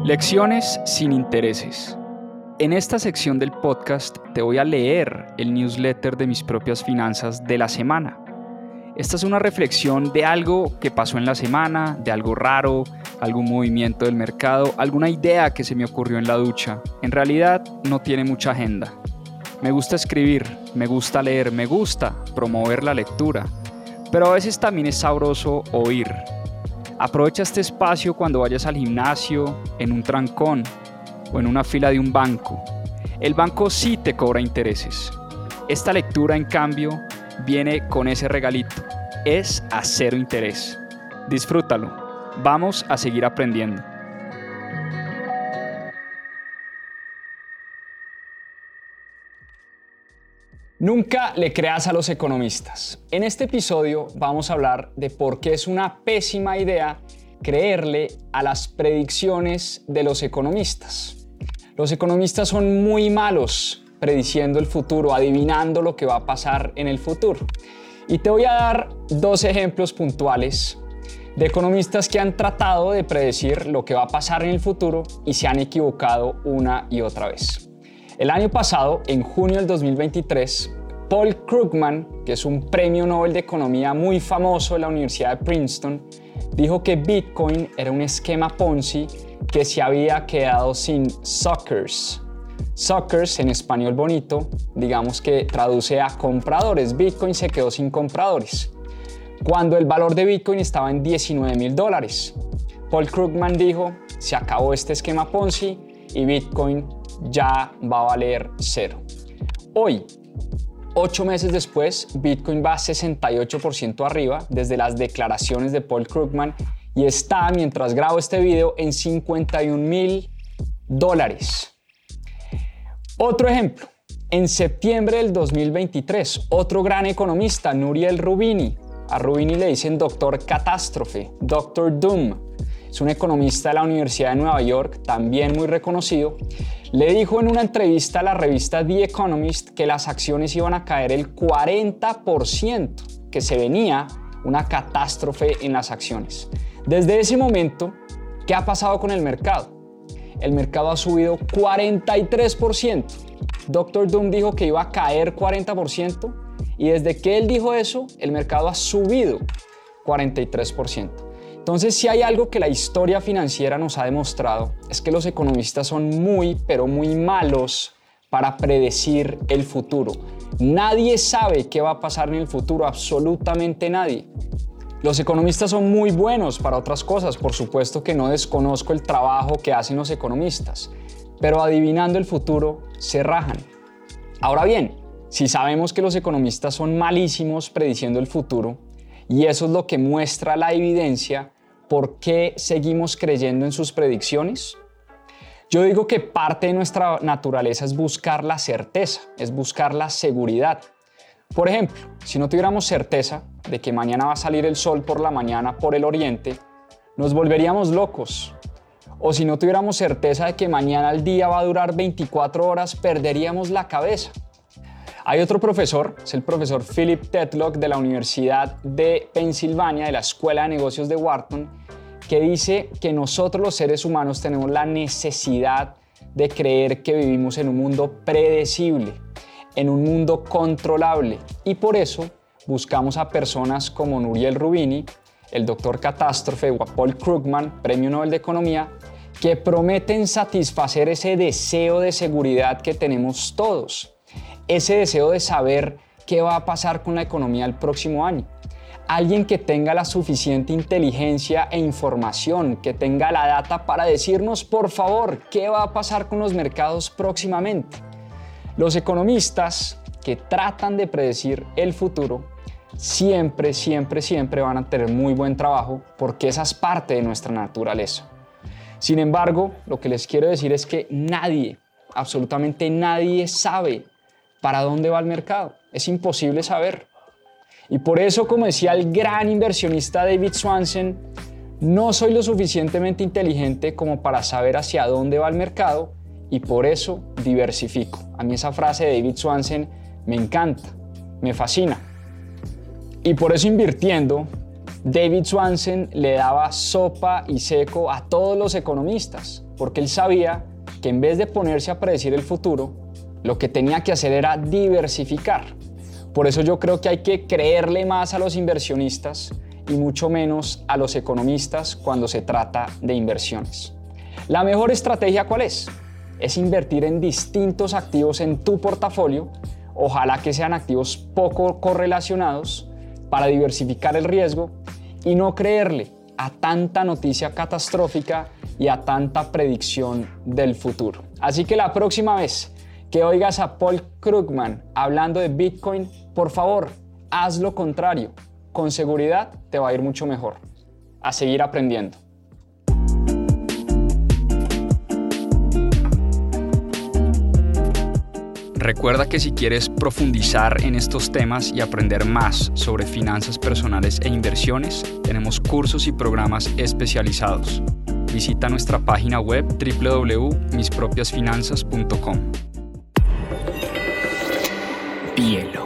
Lecciones sin intereses. En esta sección del podcast te voy a leer el newsletter de mis propias finanzas de la semana. Esta es una reflexión de algo que pasó en la semana, de algo raro, algún movimiento del mercado, alguna idea que se me ocurrió en la ducha. En realidad no tiene mucha agenda. Me gusta escribir, me gusta leer, me gusta promover la lectura, pero a veces también es sabroso oír. Aprovecha este espacio cuando vayas al gimnasio, en un trancón o en una fila de un banco. El banco sí te cobra intereses. Esta lectura, en cambio, viene con ese regalito. Es a cero interés. Disfrútalo. Vamos a seguir aprendiendo. Nunca le creas a los economistas. En este episodio vamos a hablar de por qué es una pésima idea creerle a las predicciones de los economistas. Los economistas son muy malos prediciendo el futuro, adivinando lo que va a pasar en el futuro. Y te voy a dar dos ejemplos puntuales de economistas que han tratado de predecir lo que va a pasar en el futuro y se han equivocado una y otra vez. El año pasado, en junio del 2023, Paul Krugman, que es un premio Nobel de Economía muy famoso de la Universidad de Princeton, dijo que Bitcoin era un esquema Ponzi que se había quedado sin suckers. Suckers, en español bonito, digamos que traduce a compradores. Bitcoin se quedó sin compradores, cuando el valor de Bitcoin estaba en $19,000. Paul Krugman dijo, se acabó este esquema Ponzi y Bitcoin ya va a valer cero. Hoy, 8 meses después, Bitcoin va 68% arriba desde las declaraciones de Paul Krugman y está, mientras grabo este video, en $51,000. Otro ejemplo, en septiembre del 2023, otro gran economista, Nouriel Roubini, a Roubini le dicen Doctor Catástrofe, Doctor Doom, es un economista de la Universidad de Nueva York, también muy reconocido, le dijo en una entrevista a la revista The Economist que las acciones iban a caer el 40%, que se venía una catástrofe en las acciones. Desde ese momento, ¿qué ha pasado con el mercado? El mercado ha subido 43%. Dr. Doom dijo que iba a caer 40% y desde que él dijo eso, el mercado ha subido 43%. Entonces, si hay algo que la historia financiera nos ha demostrado, es que los economistas son muy, pero muy malos para predecir el futuro. Nadie sabe qué va a pasar en el futuro, absolutamente nadie. Los economistas son muy buenos para otras cosas, por supuesto que no desconozco el trabajo que hacen los economistas, pero adivinando el futuro se rajan. Ahora bien, si sabemos que los economistas son malísimos prediciendo el futuro, y eso es lo que muestra la evidencia, ¿por qué seguimos creyendo en sus predicciones? Yo digo que parte de nuestra naturaleza es buscar la certeza, es buscar la seguridad. Por ejemplo, si no tuviéramos certeza de que mañana va a salir el sol por la mañana por el oriente, nos volveríamos locos. O si no tuviéramos certeza de que mañana el día va a durar 24 horas, perderíamos la cabeza. Hay otro profesor, es el profesor Philip Tetlock de la Universidad de Pensilvania, de la Escuela de Negocios de Wharton, que dice que nosotros los seres humanos tenemos la necesidad de creer que vivimos en un mundo predecible, en un mundo controlable, y por eso buscamos a personas como Nouriel Roubini, el doctor Catástrofe o Paul Krugman, premio Nobel de Economía, que prometen satisfacer ese deseo de seguridad que tenemos todos. Ese deseo de saber qué va a pasar con la economía el próximo año. Alguien que tenga la suficiente inteligencia e información, que tenga la data para decirnos, por favor, qué va a pasar con los mercados próximamente. Los economistas que tratan de predecir el futuro siempre van a tener muy buen trabajo porque esa es parte de nuestra naturaleza. Sin embargo, lo que les quiero decir es que nadie, absolutamente nadie sabe para dónde va el mercado. Es imposible saber. Y por eso, como decía el gran inversionista David Swanson, no soy lo suficientemente inteligente como para saber hacia dónde va el mercado y por eso diversifico. A mí esa frase de David Swanson me encanta, me fascina. Y por eso invirtiendo, David Swanson le daba sopa y seco a todos los economistas, porque él sabía que en vez de ponerse a predecir el futuro, lo que tenía que hacer era diversificar. Por eso yo creo que hay que creerle más a los inversionistas y mucho menos a los economistas cuando se trata de inversiones. ¿La mejor estrategia cuál es? Es invertir en distintos activos en tu portafolio, ojalá que sean activos poco correlacionados para diversificar el riesgo y no creerle a tanta noticia catastrófica y a tanta predicción del futuro. Así que la próxima vez que oigas a Paul Krugman hablando de Bitcoin, por favor, haz lo contrario. Con seguridad te va a ir mucho mejor. A seguir aprendiendo. Recuerda que si quieres profundizar en estos temas y aprender más sobre finanzas personales e inversiones, tenemos cursos y programas especializados. Visita nuestra página web www.mispropiasfinanzas.com. Bielo.